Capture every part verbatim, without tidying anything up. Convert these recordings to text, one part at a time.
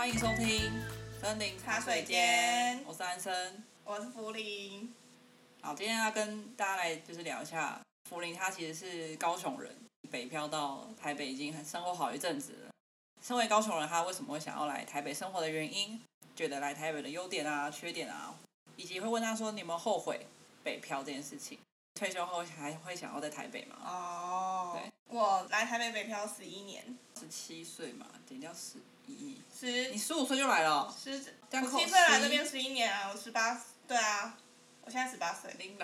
欢迎收听森林茶水间，我是安生， 我是福林。 好，今天要跟大家来就是聊一下，福林他其实是高雄人，北漂到台北已经生活好一阵子了。身为高雄人，他为什么会想要来台北生活的原因，觉得来台北的优点啊、缺点啊，以及会问他说你有没有后悔北漂这件事情。退休后还会想要在台北吗？ 哦， 对， 我来台北北漂十一年， 十七岁嘛，减掉十一， 十你十五岁就来了、哦， 十， 这样扣我七岁来这边十一年啊，我十八，对啊，我现在十八岁。 领导，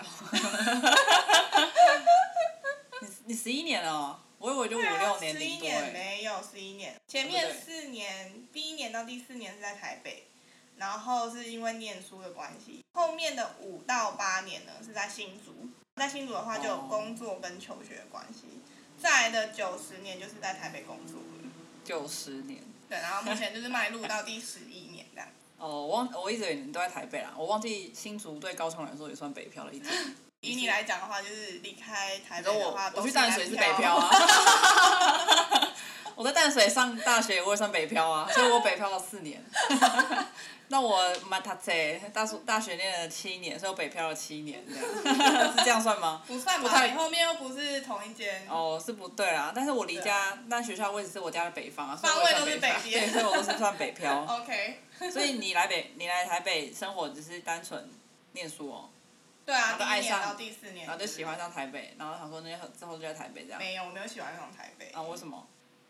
你你十一年了、哦，我以为就五六年十一顶多年没有十一年，前面对不对四年，第一年到第四年是在台北，然后是因为念书的关系，后面的五到八年呢是在新竹。在新竹的话，就有工作跟求学的关系。再来的九十年就是在台北工作了。 九十年。 对，然后目前就是迈入到第十一年这样。 哦，我忘，我一直以为你都在台北啦，我忘记新竹对高雄来说也算北漂了一种。 以你来讲的话，就是离开台北的话， 我我去淡水是北漂啊。我在淡水上大学，我也算北漂啊，所以我北漂了四年。那我蛮读册，大大学念了七年，所以我北漂了七年，这样是这样算吗？ 不算吧， 不太你后面又不是同一间。 哦，是不对啦，但是我离家，但学校位置是我家的北方啊，所以方位都是北边， 对，所以我都是算北漂。 OK。 所以你来北，你来台北生活只是单纯念书哦。 对啊， 然后就爱上第一年到第四年， 然后就喜欢上台北，然后想说那之后就在台北这样。 没有，我没有喜欢上台北。 啊，为什么？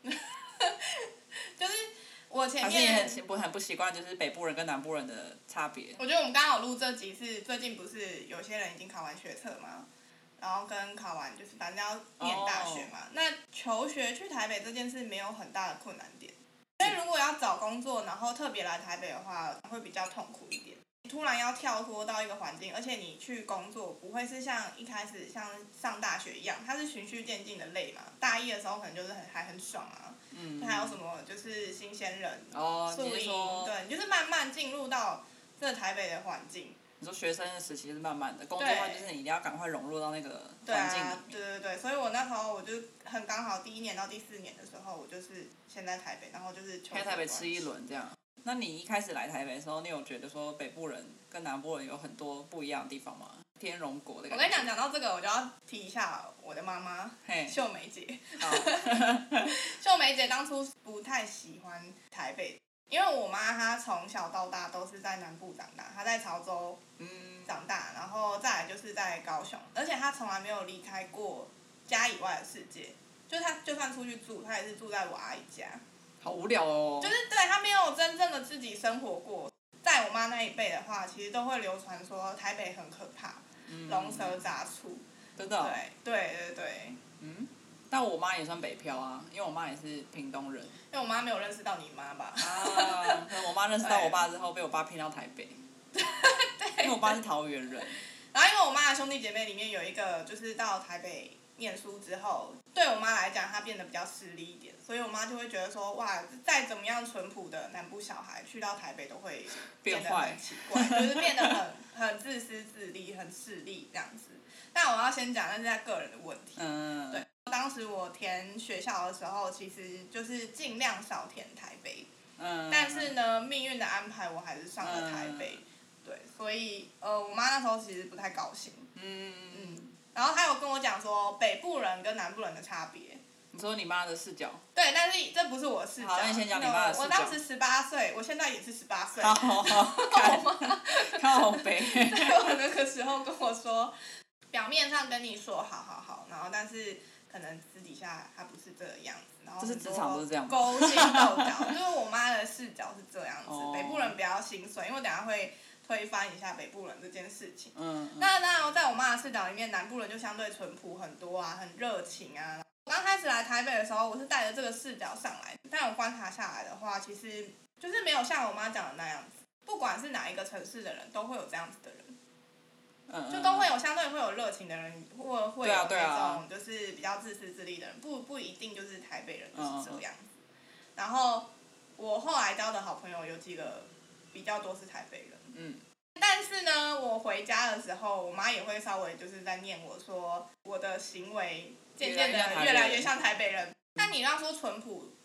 就是我前还是你面很不很不习惯，就是北部人跟南部人的差别。 我觉得我们刚好录这集是最近不是有些人已经考完学测嘛，然后跟考完就是反正要念大学嘛。 哦那求学去台北这件事没有很大的困难点，所以如果要找工作，然后特别来台北的话，会比较痛苦一点。突然要跳脱到一个环境，而且你去工作不会是像一开始像上大学一样，它是循序渐进的累嘛。大一的时候可能就是很还很爽啊， 嗯， 还有什么就是新鲜人， 哦， 宿营， 你是说， 对，你就是慢慢进入到这台北的环境。 你说学生的时期是慢慢的，工作的话就是你一定要赶快融入到那个对环境里啊，对对对，所以我那时候我就很刚好第一年到第四年的时候，我就是先在台北，然后就是在台北吃一轮这样。那你一开始来台北的时候，你有觉得说北部人跟南部人有很多不一样的地方吗？天龙国的感觉。 我跟你讲，讲到这个，我就要提一下我的妈妈秀梅姐。 好， 秀梅姐当初不太喜欢台北，因为我妈她从小到大都是在南部长大，她在潮州长大，然后再来就是在高雄，而且她从来没有离开过家以外的世界，就她就算出去住，她也是住在我阿姨家。 好无聊哦。 就是对她没有真正的自己生活过。在我妈那一辈的话，其实都会流传说台北很可怕， 嗯、 龙蛇杂处。 真的、哦。 对对对对。 嗯。但我妈也算北漂啊，因为我妈也是屏东人。 因为我妈没有认识到你妈吧？ 啊，可能我妈认识到我爸之后，被我爸骗到台北。 对。 因为我爸是桃园人。 然后因为我妈的兄弟姐妹里面有一个，就是到台北念书之后，对我妈来讲，她变得比较势利一点，所以我妈就会觉得说，哇，再怎么样淳朴的南部小孩，去到台北都会变得很奇怪，就是变得很很自私自利、很势利这样子。但我要先讲，那是在个人的问题。 嗯。 对，当时我填学校的时候，其实就是尽量少填台北。 嗯。 但是呢，命运的安排，我还是上了台北。嗯、对，所以呃，我妈那时候其实不太高兴。嗯嗯。然后她有跟我讲说北部人跟南部人的差别。 你说你妈的视角？ 对，但是这不是我的视角。 好，那你先讲你妈的视角。 我当时十八岁，我现在也是十八岁。 好好好。我妈靠北。 在我那个时候跟我说，表面上跟你说好好好，然后但是可能私底下她不是这个样子，然后就是职场都是这样。 勾心斗角，就是我妈的视角是这样子。 哦、 北部人不要心碎，因为我等下会推翻一下北部人这件事情。 嗯。 那当然，在我妈的视角里面，南部人就相对淳朴很多啊，很热情啊。刚开始来台北的时候，我是带着这个视角上来，但我观察下来的话，其实就是没有像我妈讲的那样子。不管是哪一个城市的人，都会有这样子的人。嗯。就都会有相对会有热情的人，或会有那种就是比较自私自利的人，不不一定就是台北人就是这样子。然后我后来交的好朋友有几个比较多是台北人。嗯。但是呢，我回家的时候，我妈也会稍微就是在念我说我的行为渐渐的越来越像台北人。但你要说淳朴，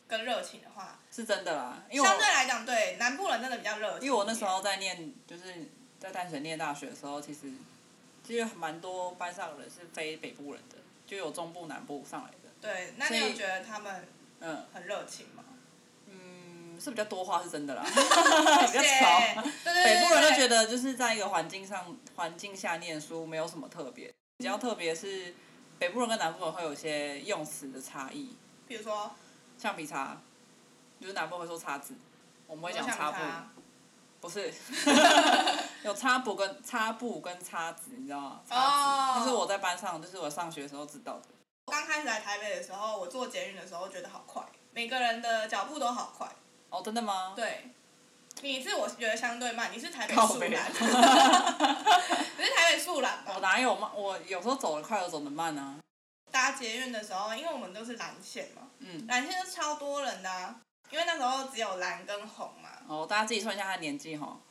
跟热情的话， 是真的啦，因为相对来讲，对南部人真的比较热情。 因为我那时候在念，就是在淡水念大学的时候，其实其实蛮多班上的人是非北部人的，就有中部、南部上来的。 对，那你有觉得他们嗯很热情吗？ 嗯，是比较多话是真的啦，比较少。 对对对， 北部人就觉得就是在一个环境上环境下念书没有什么特别，比较特别是北部人跟南部人会有一些用词的差异， 比如说橡皮擦，就是南部会说擦子，我们会讲擦布，不是，有擦布跟擦布跟擦子，你知道吗？擦子， 哦， 那是我在班上，就是我上学的时候知道的。 我刚开始来台北的时候，我坐捷运的时候觉得好快，每个人的脚步都好快。 哦，真的吗？ 对，你是我觉得相对慢，你是台北靠北树懒，你是台北树懒吧？ 我哪有慢？我有时候走得快，有走得慢啊。 搭捷运的时候，因为我们都是蓝线嘛， 嗯， 蓝线是超多人的啊，因为那时候只有蓝跟红嘛。 哦，大家自己算一下他的年纪哈。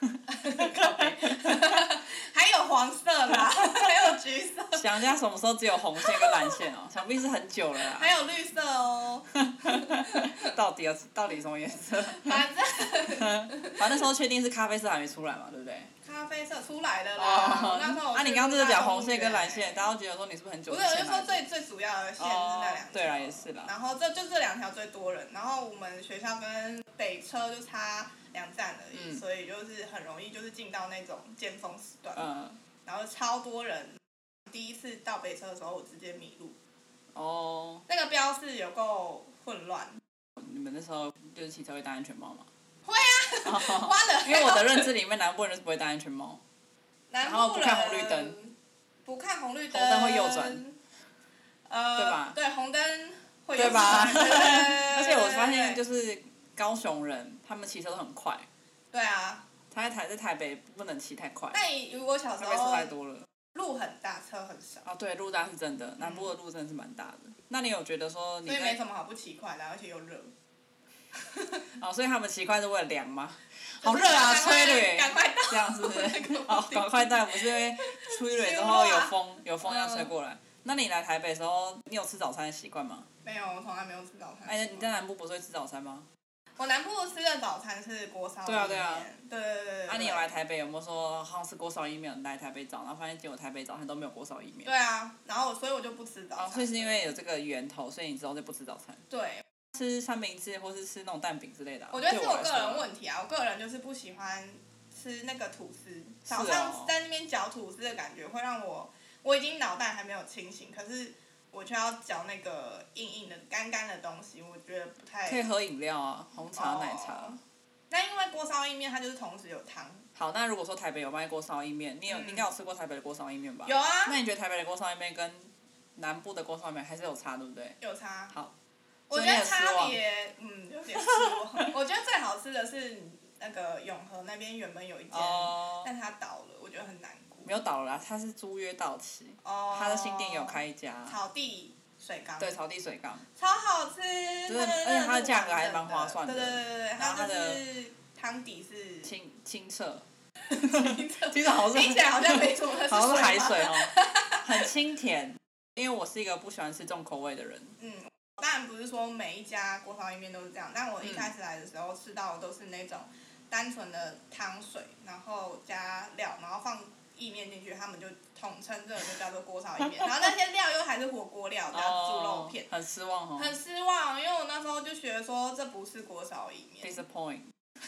还有黄色啦，还有橘色。 想一下什么时候只有红线跟蓝线哦？想必是很久了啦。 还有绿色哦。 到底要到底什么颜色？ 反正反正那时候确定是咖啡色还没出来嘛，对不对？ 咖啡色出来了啦。 哦， 那时候啊，你刚刚就是讲红线跟蓝线，大家都觉得说你是不是很久？ 不是，我就说最最主要的线是那两条。 对啦，也是啦。 然后这就这两条最多人，然后我们学校跟北车就差两站而已， 嗯、 所以就是很容易就是进到那种尖峰时段。 嗯。 然后超多人，第一次到北车的时候，我直接迷路。 哦。 那个标示有够混乱。 你们那时候就是骑车会戴安全帽吗？ 会啊，花了。 因为我的认知里面，南部人是不会戴安全帽， 然后不看红绿灯， 不看红绿灯， 红灯会右转， 呃， 对吧？ 对，红灯会右转，对吧？ 而且我发现就是高雄人，他们骑车都很快。 对啊。 他在台在台北不能骑太快。 那你如果小时候， 台北车太多了， 路很大，车很少。 哦，对，路大是真的，南部的路真的是蛮大的。嗯、那你有觉得说你？ 所以没什么好不骑快的，而且又热。 哦，所以他们骑快是为了凉吗？好热啊，催泪！ 赶快到， 这样是不是？哦，赶快到，不是因为催泪之后有风，有风要吹过来。那你来台北的时候，你有吃早餐的习惯吗？ 没有，我从来没有吃早餐。 哎，你在南部不是会吃早餐吗？ 我南部吃的早餐是锅烧意面。对啊对啊。 对对对。 啊，你有来台北有没有说好像吃锅烧意面？来台北找，然后发现结果台北早餐都没有锅烧意面。 对啊，然后所以我就不吃早餐。 哦，所以是因为有这个源头，所以你之后就不吃早餐。 对。 吃三明治或是吃那种蛋饼之类的、啊。 我觉得是我个人问题啊，我个人就是不喜欢吃那个吐司，早上在那边嚼吐司的感觉会让我，我已经脑袋还没有清醒，可是我却要嚼那个硬硬的、干干的东西，我觉得不太。 可以喝饮料啊，红茶、奶茶。 哦、那因为锅烧意面它就是同时有汤。 好，那如果说台北有卖锅烧意面，你有、嗯、你应该有吃过台北的锅烧意面吧？ 有啊。 那你觉得台北的锅烧意面跟南部的锅烧意面还是有差，对不对？ 有差。 好。 我觉得差别，嗯，有点失望。我觉得最好吃的是那个永和那边原本有一间，哦、但它倒了，我觉得很难过。 没有倒了啦，它是租约到期。哦。它的新店有开一家。 草地水缸。 对，草地水缸。 超好吃。 就是，而且它的价格还蛮划算的。 对对对对，它就是汤底是清清澈。 清澈。 其实好像。 听起来好像没什么， 好像是海水哦。很清甜，因为我是一个不喜欢吃重口味的人。嗯。 当然不是说每一家锅烧意面都是这样，但我一开始来的时候吃到的都是那种单纯的汤水，然后加料，然后放意面进去，他们就统称这个就叫做锅烧意面。然后那些料又还是火锅料加猪肉片， 哦、很失望哦。 很失望，因为我那时候就觉得说这不是锅烧意面。 Disappoint。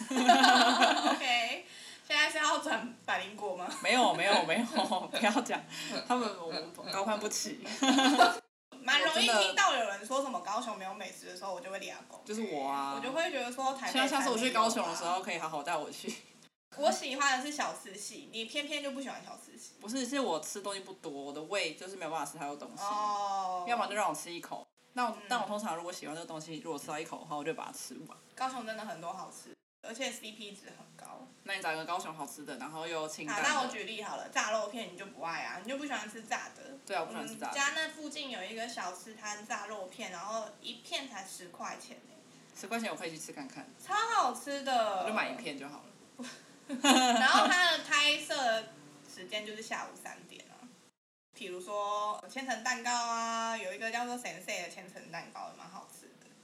OK， 现在是要转百灵果吗？ 没有没有没有，不要讲，他们我高攀不起。 蛮容易听到有人说什么高雄没有美食的时候，我就会俩狗。 就是我啊。 我就会觉得说台北。 希望下次我去高雄的时候，可以好好带我去。 我喜欢的是小吃系，你偏偏就不喜欢小吃系。 不是，是我吃东西不多，我的胃就是没有办法吃太多东西。 哦。 要么就让我吃一口。那我、嗯、但我通常如果喜欢这个东西，如果吃到一口的话，我就把它吃完。 高雄真的很多好吃，而且 C P 值很高。 那你找一个高雄好吃的，然后又清淡的。 好，那我举例好了，炸肉片你就不爱啊，你就不喜欢吃炸的。 对啊，我不喜欢吃炸的。 我们家那附近有一个小吃摊炸肉片，然后一片才十块钱呢。 十块钱我可以去吃看看。 超好吃的。 我就买一片就好了。 然后它的开设时间就是下午三点啊。比如说千层蛋糕啊，有一个叫做神社的千层蛋糕也蛮好吃的。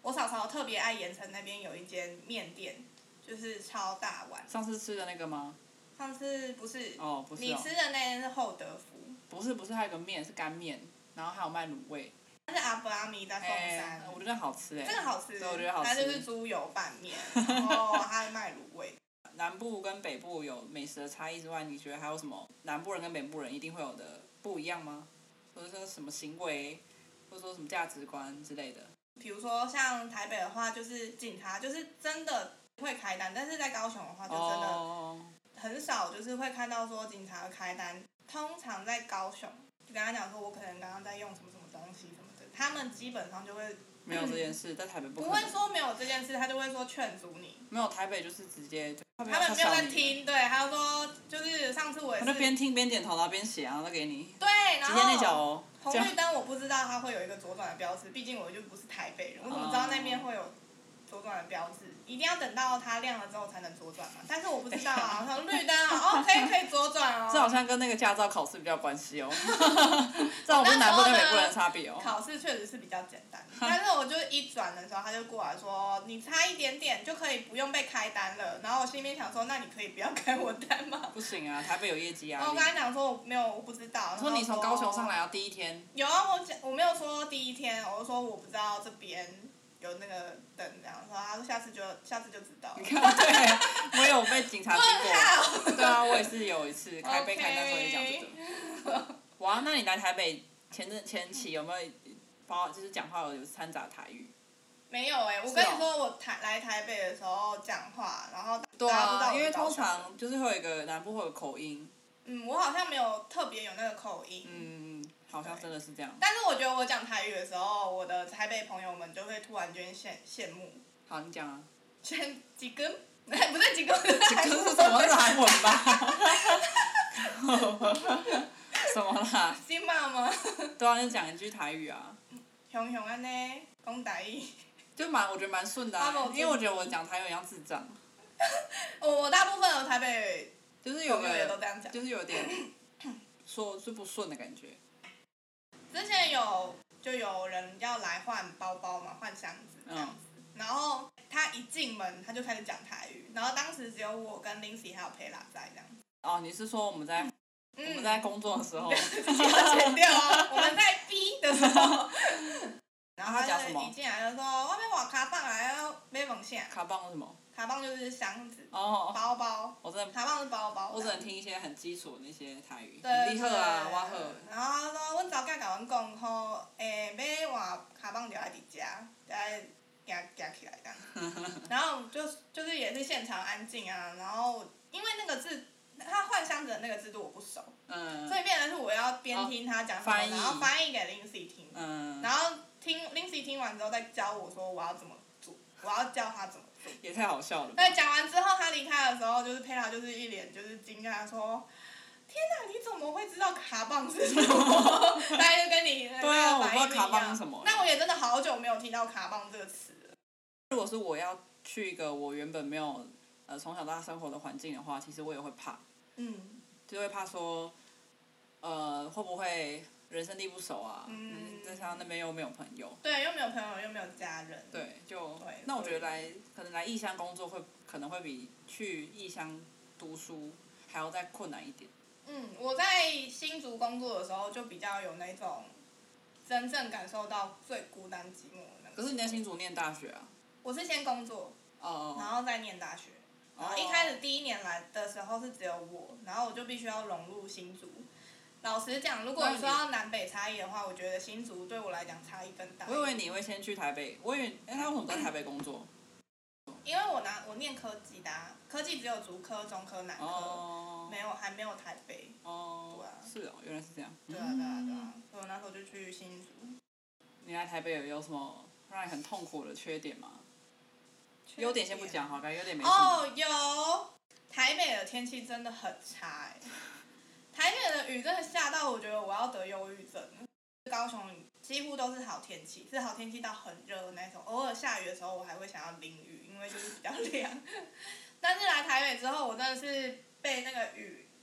我嫂嫂特别爱盐城那边有一间面店，就是超大碗。 上次吃的那个吗？ 上次不是。 哦，不是、哦。 你吃的那间是厚德福。 不是不是，还有个面是干面，然后还有卖卤味。 那是阿布拉米在凤山、欸。 我觉得好吃哎、欸。 这个好吃。 对，我觉得好吃。 它就是猪油拌面，然后它还卖卤味。 南部跟北部有美食的差异之外，你觉得还有什么南部人跟北部人一定会有的不一样吗？或者说什么行为，或者说什么价值观之类的？ 比如说像台北的话，就是警察就是真的会开单，但是在高雄的话就真的很少，就是会看到说警察开单。通常在高雄，就跟他讲说，我可能刚刚在用什么什么东西什么的，他们基本上就会没有这件事，在台北不可能。 不会说没有这件事，他就会说劝阻你。 没有，台北就是直接。他们没有在听，对，他说就是上次我也是。 他就边听边点头，然后边写，然后再给你。 对，然后。 直接内角哦。 红绿灯我不知道它会有一个左转的标志，毕竟我就不是台北人，我怎么知道那边会有左转的标志？一定要等到它亮了之后才能左转嘛？但是我不知道啊，红绿灯啊，哦，可以可以左转哦。 这好像跟那个驾照考试比较有关系哦。这好像南部跟北部人差别哦。 考试确实是比较简单，但是我就一转的时候，他就过来说，你差一点点就可以不用被开单了。然后我心里面想说，那你可以不要开我单吗？ 不行啊，台北有业绩压力。 我跟他讲说，我没有，我不知道。 说你从高雄上来要第一天。 有啊，我讲我没有说第一天，我就说我不知道这边有那个灯这样说，他说下次就下次就知道。 你看，对，我有被警察经过。对啊，我也是有一次开被开单时候也讲这个。哇，那你来台北前阵前期有没有包就是讲话有掺杂台语？ 没有哎、欸，我跟你说，我台来台北的时候讲话，然后对啊，因为通常就是会有一个南部会有口音。 嗯，我好像没有特别有那个口音。 嗯，好像真的是这样。 但是我觉得我讲台语的时候，我的台北朋友们就会突然间羡羡慕。 好，你讲啊。 先几根？不是几根。 几根是什么？是韩文吧？什么啦？ 金马吗？ 对啊，就讲一句台语啊。 雄雄安呢，讲台语。 就蛮，我觉得蛮顺的、啊，因为我觉得我讲台语一样智障。 我大部分的台北就是有个， 都这样讲， 就是有点说是不顺的感觉。 之前有就有人要来换包包嘛，换箱子这样子，嗯、然后他一进门他就开始讲台语，然后当时只有我跟 Lindsay 还有佩拉在这样子。 哦，你是说我们在、嗯、我们在工作的时候？ 要剪掉啊！我们在逼的时候。然后他讲什么？ 一进来就说：“外面挖卡棒来要买东西。” 卡棒是什么？ 卡棒就是箱子。 哦。 包包。 我真的。 卡棒是包包。 我只能听一些很基础的那些台语。 对。 你好啊，我好。 然后他说：“阮查囝甲阮讲，吼，诶，要换卡棒就要伫遮，就要夹夹起来这样。”然后就就是也是现场安静啊，然后因为那个字。他换箱子的那个制度我不熟，嗯、所以变成是我要边听他讲什么，然后翻译给 Lindsay 听，嗯、然后听 Lindsay 听完之后再教我说我要怎么做，我要教他怎么做。 也太好笑了吧。 对，讲完之后他离开的时候，就是佩拉就是一脸就是惊讶说：“天哪，你怎么会知道卡棒是什么？”大概就跟你对啊，我不知道卡棒是什么。 那我也真的好久没有听到卡棒这个词了。 如果是我要去一个我原本没有呃从小到大生活的环境的话，其实我也会怕。嗯，就会怕说，呃，会不会人生地不熟啊？嗯，在他那边又没有朋友。 对，又没有朋友，又没有家人。 对，就对那我觉得来可能来异乡工作会可能会比去异乡读书还要再困难一点。 嗯，我在新竹工作的时候就比较有那种真正感受到最孤单寂寞的那个。 可是你在新竹念大学啊？ 我是先工作， 哦， 然后再念大学。然后一开始第一年来的时候是只有我，然后我就必须要融入新竹。老实讲，如果说到南北差异的话，我觉得新竹对我来讲差异更大。 我以为你会先去台北，我以为哎，他为什么在台北工作？ 因为我拿我念科技的、啊，科技只有竹科、中科、南科，哦、没有还没有台北。哦。对啊。 是哦，原来是这样。 对啊对啊对啊，所以我那时候就去新竹。 你来台北有有什么让你很痛苦的缺点吗？优点先不讲好，感觉优点没什么。 哦，有，台北的天气真的很差哎、欸，台北的雨真的下到我觉得我要得忧郁症。高雄几乎都是好天气，是好天气到很热的那种，偶尔下雨的时候我还会想要淋雨，因为就是比较凉。但是来台北之后，我真的是被那个雨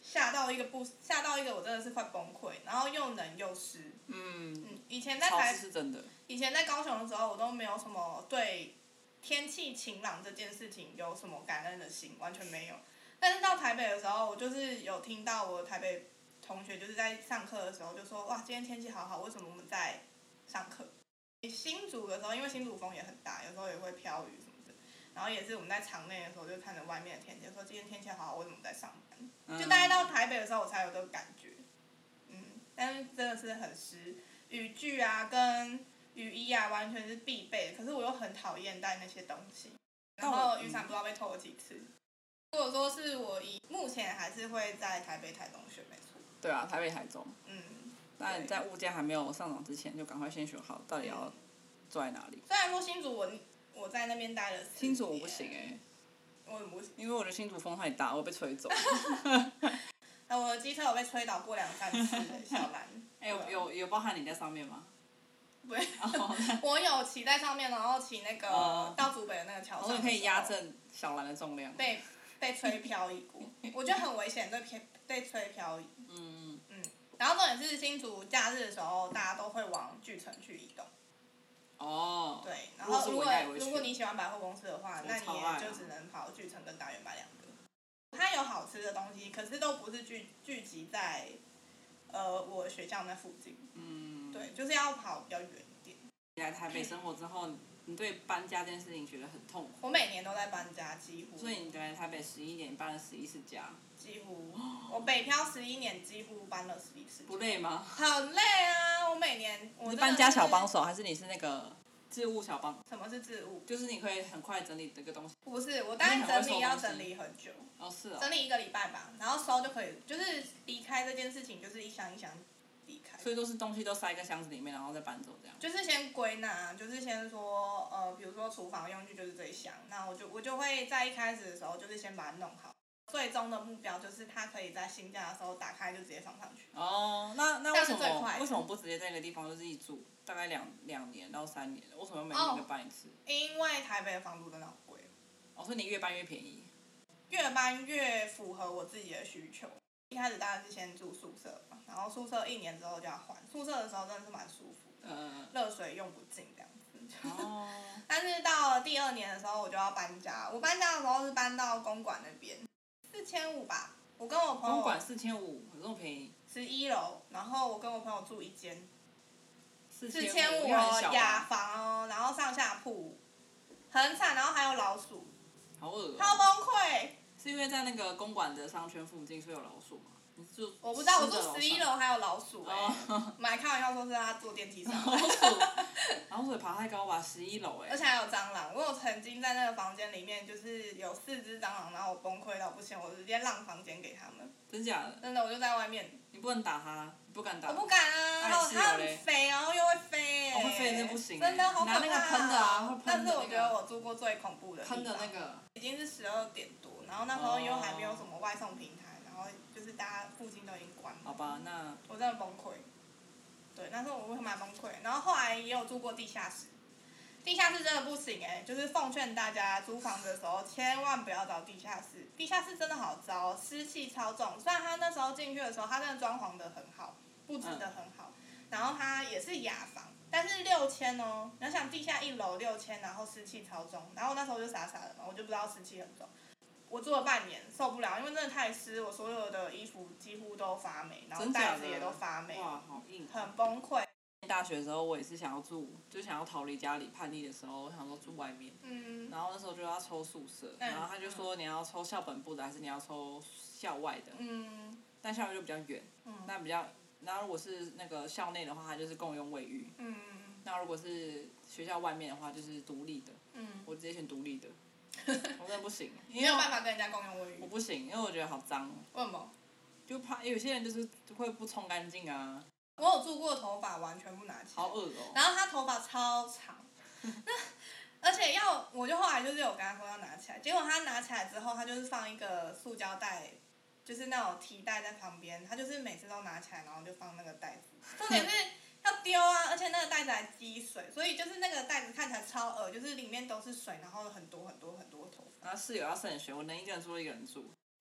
吓到一个不吓到一个我真的是快崩溃，然后又冷又湿。 嗯嗯，以前在潮台湿是真的。 以前在高雄的时候，我都没有什么对天气晴朗这件事情有什么感恩的心，完全没有。但是到台北的时候，我就是有听到我台北同学就是在上课的时候就说，哇，今天天气好好，为什么我们在上课？新竹的时候，因为新竹风也很大，有时候也会飘雨什么的，然后也是我们在场内的时候就看着外面的天气，说今天天气好好，为什么在上班？就大概到台北的时候，我才有这个感觉。嗯，但是真的是很湿，雨具啊跟雨衣啊完全是必备的，可是我又很讨厌带那些东西，然后雨伞不知道被偷了几次。如果说是我以目前还是会在台北、台中选没错。 对啊，台北、台中。 嗯。 但在物价还没有上涨之前，就赶快先选好到底要住在哪里。 虽然说新竹我我在那边待了四年。 新竹我不行哎、欸。 我很不行。 因为我觉得新竹风太大，我被吹走。 那我的机车有被吹倒过两三次，小兰。 哎、欸，有有有包含你在上面吗？ 对，我有骑在上面，然后骑那个到竹北的那个桥上。 我可以压正小兰的重量。 被被吹漂移过，我觉得很危险，被偏被吹漂移。 嗯嗯。然后重点是新竹假日的时候，大家都会往巨城去移动。 哦。 对，然后如果如果你喜欢百货公司的话，那你也就只能跑巨城跟大圆百两个。它有好吃的东西，可是都不是聚聚集在，呃，我学校那附近。嗯。对，就是要跑比较远一点。 你来台北生活之后，你对搬家这件事情觉得很痛苦？ 我每年都在搬家，几乎。 所以你来台北十一年，搬了十一次家。 几乎。我北漂十一年，几乎搬了十一次。 不累吗？ 很累啊！我每年我你是搬家小帮手，还是你是那个置物小帮？ 什么是置物？ 就是你可以很快整理这个东西。 不是，我大概整理要整理很久。 哦，是哦。 整理一个礼拜吧，然后收就可以，就是离开这件事情，就是一箱一箱离开。 所以都是东西都塞一个箱子里面，然后再搬走这样。 就是先归纳，就是先说，呃，比如说厨房用具就是这一箱，那我就我就会在一开始的时候就是先把它弄好，最终的目标就是它可以在新家的时候打开就直接放上去。 哦，那那为什么为什么不直接在一个地方就自己住，大概两两年到三年？为什么每年都搬一次？ 哦，因为台北的房租真的好贵。 哦，所以你越搬越便宜。 越搬越符合我自己的需求。一开始当然是先住宿舍嘛，然后宿舍一年之后就要换。宿舍的时候真的是蛮舒服的，嗯，热水用不尽这样子。哦。但是到了第二年的时候，我就要搬家。我搬家的时候是搬到公馆那边，四千五吧。我跟我朋友。 公馆四千五，有这么便宜？ 十一楼，然后我跟我朋友住一间。 四千五哦，雅房哦，然后上下铺，很惨，然后还有老鼠。 好恶哦。 超崩溃。 是因为在那个公馆的商圈附近，所以有老鼠吗？你住我不知道，我住十一楼还有老鼠哎、欸。我们还开玩笑说是他坐电梯上。 老鼠，老鼠爬太高吧？十一楼哎。 而且还有蟑螂，我有曾经在那个房间里面，就是有四只蟑螂，然后我崩溃到不行，我直接让房间给他们。 真假的？ 真的，我就在外面。 你不能打它，你不敢打。 我不敢啊，然后它很肥，然后又会飞哎、欸。 哦，会飞真不行、 欸。真的好可怕、啊。 拿那个喷的啊，会喷的、那个。 但是我觉得我住过最恐怖的。 喷的那个。 已经是十二点多。然后那时候又还没有什么外送平台，然后就是大家附近都已经关了。 好吧，那我真的崩溃。对，那时候我会蛮崩溃。然后后来也有住过地下室，地下室真的不行哎、欸，就是奉劝大家租房的时候千万不要找地下室，地下室真的好糟，湿气超重。虽然他那时候进去的时候，他真的装潢的很好，布置的很好，嗯、然后它也是雅房，但是六千哦，你要想地下一楼六千，然后湿气超重，然后那时候我就傻傻的嘛，我就不知道湿气很重。我住了半年，受不了，因为真的太湿，我所有的衣服几乎都发霉，然后袋子也都发霉， 哇，好硬， 很崩溃。 大学的时候，我也是想要住，就想要逃离家里叛逆的时候，我想说住外面，嗯，然后那时候就要抽宿舍，嗯、然后他就说你要抽校本部的，还是你要抽校外的，嗯，但校外就比较远，嗯，那比较，然后如果是那个校内的话，它就是共用卫浴，嗯，那如果是学校外面的话，就是独立的，嗯，我直接选独立的。我真的不行， 你没有办法跟人家共用卫浴。 我不行，因为我觉得好脏。 为什么？ 就怕有些人就是会不冲干净啊。 我有住过头发完全不拿起来。 好恶哦。 然后他头发超长，那而且要，我就后来就是有跟他说要拿起来，结果他拿起来之后，他就是放一个塑胶袋，就是那种提袋在旁边，他就是每次都拿起来，然后就放那个袋子。重点是。要丢啊，而且那个袋子还积水，所以就是那个袋子看起来超恶，就是里面都是水，然后很多很多很多头发。 然后室友要慎选，我能一个人住一个人住。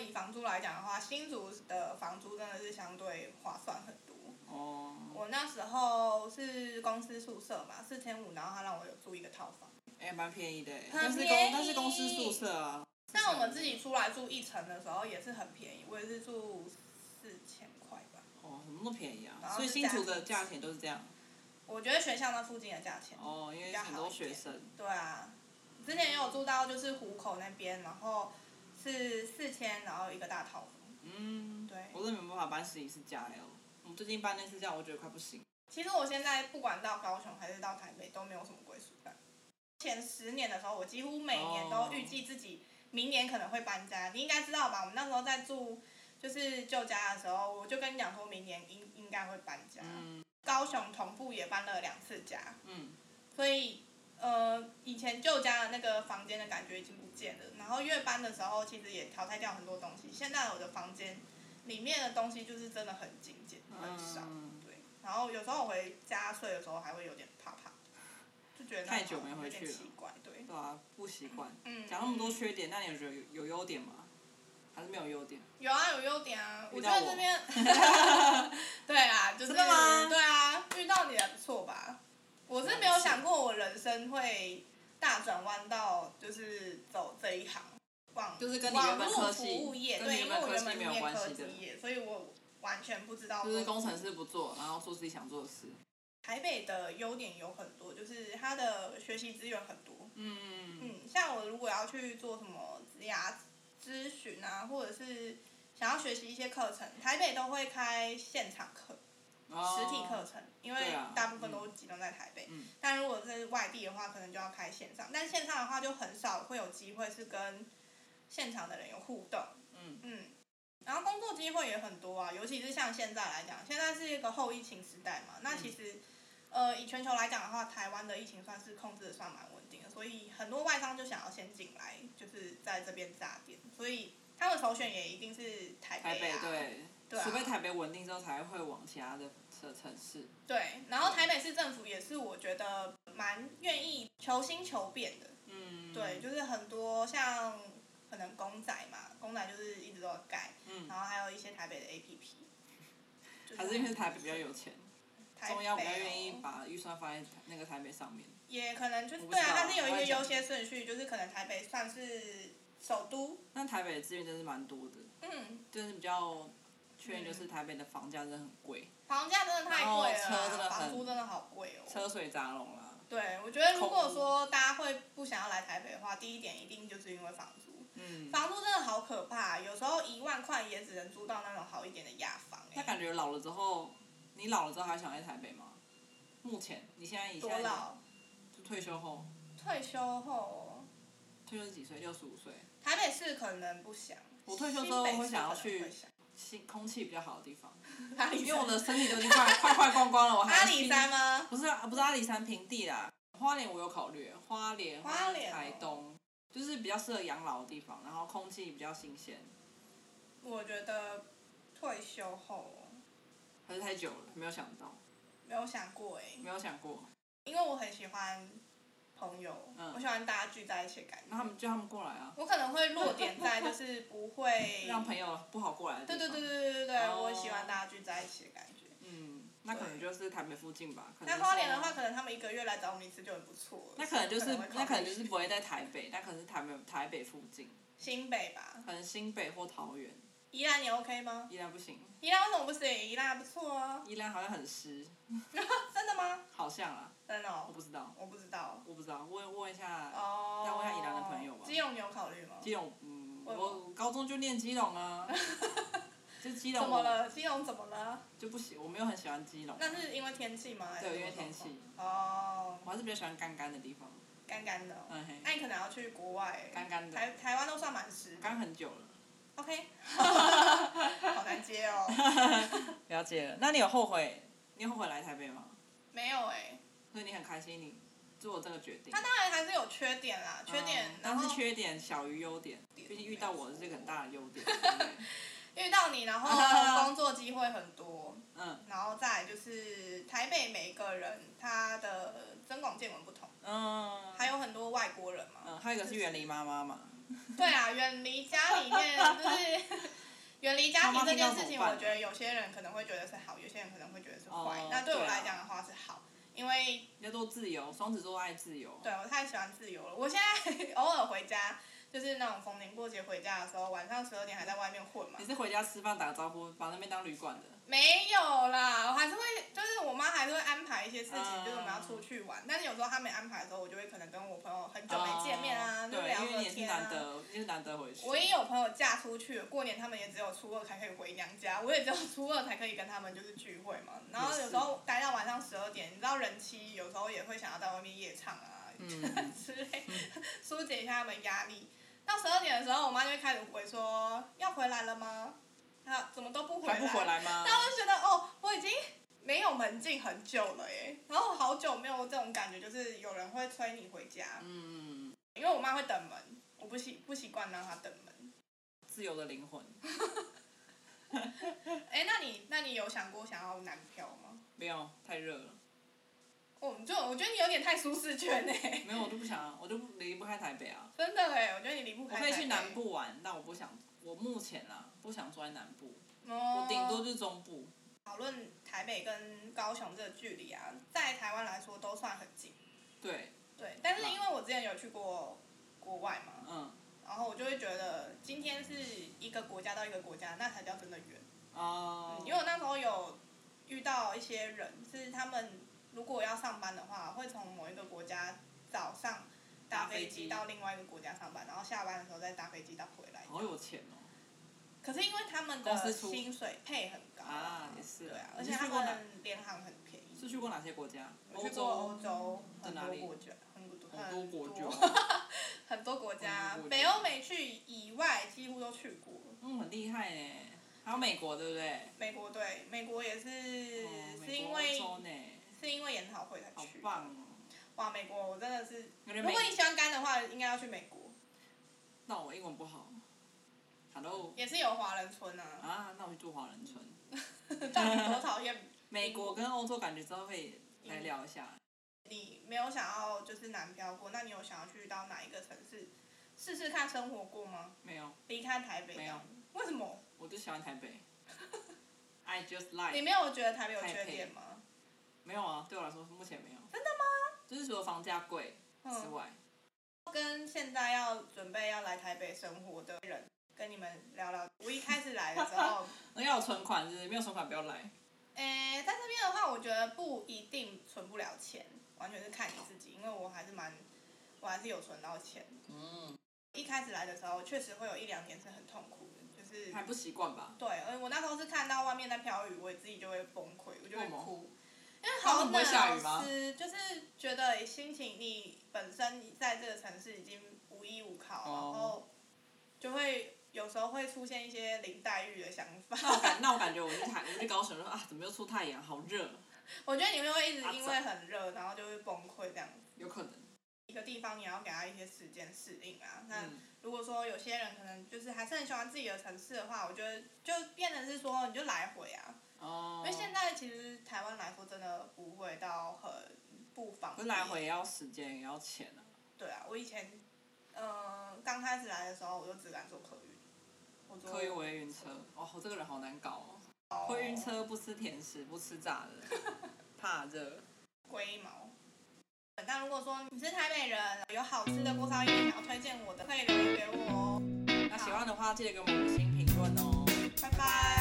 以房租来讲的话，新竹的房租真的是相对划算很多。 哦。 我那时候是公司宿舍嘛，四千五，然后他让我有住一个套房。 哎，蛮便宜的， 很便宜。 但是公但是公司宿舍啊。 但我们自己出来住一层的时候也是很便宜，我也是住四千块吧。 哦，怎么那么便宜啊？所以新竹的价钱都是这样。 我觉得学校那附近的价钱哦，因为很多学生。 对啊，之前也有住到就是湖口那边，然后是四千，然后一个大套房。 嗯。 对。 我真的没办法搬十一次家哎，我们最近搬那次家，我觉得快不行。 其实我现在不管到高雄还是到台北都没有什么归属感。前十年的时候，我几乎每年都预计自己明年可能会搬家。你应该知道吧？我们那时候在住就是旧家的时候，我就跟你讲说明年应应该会搬家。嗯。高雄同步也搬了两次家。嗯。所以呃，以前旧家的那个房间的感觉已经不见了。然后越搬的时候，其实也淘汰掉很多东西。现在我的房间里面的东西就是真的很精简，很少。嗯。对。然后有时候我回家睡的时候还会有点怕怕。就觉得太久没回去了， 有点奇怪，对。 对啊，不习惯。嗯。讲那么多缺点，那你有觉得有有优点吗？还是没有优点？ 有啊，有优点啊。 遇到我。 我觉得这边，对啊，就是。 真的吗？ 对啊，遇到你还不错吧？我是没有想过我人生会大转弯到就是走这一行，往就是跟你原本科系， 服务业， 对，因为我原本没有关系的，所以我完全不知道。 就是工程师不做，然后做自己想做的事。 台北的优点有很多，就是它的学习资源很多。嗯嗯。像我如果要去做什么职涯咨询啊，或者是想要学习一些课程，台北都会开现场课、哦、实体课程，因为大部分都集中在台北。嗯。但如果是外地的话，可能就要开线上。但线上的话，就很少会有机会是跟现场的人有互动。嗯嗯。然后工作机会也很多啊，尤其是像现在来讲，现在是一个后疫情时代嘛，那其实。呃，以全球来讲的话，台湾的疫情算是控制的算蛮稳定的，所以很多外商就想要先进来，就是在这边扎点，所以他们首选也一定是台北啊。台北对， 对啊。 除非台北稳定之后，才会往其他的城市。 对，然后台北市政府也是我觉得蛮愿意求新求变的。嗯。对，就是很多像可能公仔嘛，公仔就是一直都有盖，嗯，然后还有一些台北的 A P P。 还是因为台北比较有钱。中央比较愿意把预算放在那个台北上面。 也可能就是对啊，它是有一个优先顺序，就是可能台北算是首都。 但台北的资源真是蛮多的。嗯。就是比较确认，就是台北的房价真的很贵。 房价真的太贵了， 车真的很， 房租真的好贵哦。 车水杂龙啦。 对，我觉得如果说大家会不想要来台北的话，第一点一定就是因为房租。嗯。房租真的好可怕，有时候一万块也只能租到那种好一点的雅房。 那感觉老了之后。你老了之后还想来台北吗？目前，你现在以多老？ 就退休后。 退休后。 退休是几岁？六十五岁。 台北市可能不想。 我退休之后会想要去新空气比较好的地方。 阿里山。 因为我的身体都已经快快快光光了，我还。 阿里山吗？ 不是啊，不是阿里山平地啦。花莲我有考虑，花莲、 花莲、 台东，就是比较适合养老的地方，然后空气比较新鲜。 我觉得退休后。 还是太久了，没有想到。 没有想过哎、欸。 没有想过。 因为我很喜欢朋友，嗯、我喜欢大家聚在一起的感觉。 那他们叫他们过来啊。 我可能会落点在就是不会。 让朋友不好过来的地方。 对对对对对对对，哦、我喜欢大家聚在一起的感觉。 嗯，那可能就是台北附近吧。 那花莲的话，可能他们一个月来找我们一次就很不错。 那可能就是那可能就是不会在台北，那可能是台北台北附近。 新北吧。 可能新北或桃园。 宜兰你 OK 吗？ 宜兰不行。 宜兰为什么不行？宜兰还不错啊。 宜兰好像很湿。 真的吗？ 好像啊。 真的、哦。 我不知道。 我不知道。 我不知道，问问一下。哦。要问一下宜兰的朋友吧。 基隆你有考虑吗？ 基隆，嗯，我高中就念基隆啊。就基隆。 怎么了？基隆怎么了？ 就不喜，我没有很喜欢基隆。 那是因为天气吗？ 对，因为天气。 哦。 我还是比较喜欢干干的地方。 干干的、哦。 嗯嘿。 那你可能要去国外。 干干的。 台台湾都算蛮湿。 干很久了。 OK， 好难接哦。 了解了，那你有后悔？你有后悔来台北吗？ 没有哎、欸。 所以你很开心你做这个决定？ 它当然还是有缺点啦，缺点。 嗯、但是缺点小于优点，毕竟遇到我是一个很大的优点。 遇到你，然后工作机会很多。嗯。然后再来就是台北每一个人他的增广见闻不同。嗯。还有很多外国人嘛。 嗯，还有一个是园林妈妈嘛。 对啊，远离家里面就是远离家庭这件事情，我觉得有些人可能会觉得是好，有些人可能会觉得是坏。哦、那对我来讲的话是好，因为比较多自由，双子座爱自由。 对，我太喜欢自由了。我现在偶尔回家，就是那种逢年过节回家的时候，晚上十二点还在外面混嘛。 你是回家吃饭打个招呼，把那边当旅馆的？ 没有啦，我还是会，就是我妈还是会安排一些事情，嗯、就是我们要出去玩。但是有时候她没安排的时候，我就会可能跟我朋友很久没见面啊， 嗯、 就聊个天啊。 因为你是难得，你是难得回去。 我也有朋友嫁出去了，过年他们也只有初二才可以回娘家，我也只有初二才可以跟他们就是聚会嘛。然后有时候待到晚上十二点，你知道人妻有时候也会想要在外面夜唱啊、嗯、之类，疏解一下他们压力。到十二点的时候，我妈就会开始回说：“要回来了吗？啊，怎么都不回来？” 还不回来吗？ 然后就觉得哦，我已经没有门禁很久了耶，然后好久没有这种感觉，就是有人会催你回家。嗯。因为我妈会等门，我不习不习惯让她等门。 自由的灵魂。 哎欸，那你那你有想过想要南漂吗？ 没有，太热了。 哦，就我觉得你有点太舒适圈哎。 没有，我就不想，我就离不开台北啊。 真的哎，我觉得你离不开台北。 我可以去南部玩，但我不想，我目前啊不想住在南部， 哦、 我顶多就是中部。 讨论台北跟高雄这个距离啊，在台湾来说都算很近。 对。 对，但是因为我之前有去过国外嘛，嗯，然后我就会觉得今天是一个国家到一个国家，那才叫真的远。哦、嗯。因为我那时候有遇到一些人，是他们如果要上班的话，会从某一个国家早上搭飞机到另外一个国家上班，然后下班的时候再搭飞机再回来。 好有钱哦。 可是因为他们的薪水配很高啊，也是。 对啊，而且他们联航很便宜。 是去过哪些国家？ 我去过欧洲很多国家，很多很多国家， 很多国家，北欧美去以外几乎都去过。 嗯，很厉害哎。还有美国对不对？ 美国对，美国也是， 哦、 是因为是因为研讨会才去。 好棒哦！ 哇，美国我真的是，如果你喜欢干的话，应该要去美国。 那我英文不好。Hello。 也是有华人村啊。 啊，那我去住华人村。 到底多讨厌？ 美国跟欧洲感觉之后可以来聊一下。 你没有想要就是南漂过，那你有想要去到哪一个城市试试看生活过吗？ 没有。 离开台北？ 没有。 为什么？ 我就喜欢台北。I just like。 你没有觉得台北有缺点吗？ 没有啊，对我来说目前没有。 真的吗？ 就是除了房价贵之外。 嗯、跟现在要准备要来台北生活的人，跟你们聊聊。我一开始来的时候， 要有存款是不是？没有存款不要来。 诶，在这边的话，我觉得不一定存不了钱，完全是看你自己。因为我还是蛮，我还是有存到钱。嗯。一开始来的时候，确实会有一两年是很痛苦的，就是还不习惯吧。 对，而我那时候是看到外面在飘雨，我自己就会崩溃，我就会哭。因为好冷老师就是觉得心情，你本身在这个城市已经无依无靠，哦、然后就会有时候会出现一些林黛玉的想法。 那我感那我感觉我去台我去高雄说啊，怎么又出太阳，好热。 我觉得你们会一直因为很热，然后就会崩溃这样子。 有可能。 一个地方你要给他一些时间适应啊。那如果说有些人可能就是还是很喜欢自己的城市的话，我觉得就变成是说你就来回啊。哦。因为现在其实台湾来说真的不会到很不方便。 来回也要时间也要钱啊。 对啊，我以前嗯刚、呃、开始来的时候我就只敢坐客运。我坐客运微晕车，哦，我这个人好难搞哦。会晕车，不吃甜食，不吃炸的，怕热。 龟毛。那如果说你是台北人，有好吃的锅烧意面想要推荐我的，可以留言给我哦。 那喜欢的话，记得给我们五星评论哦。 拜拜。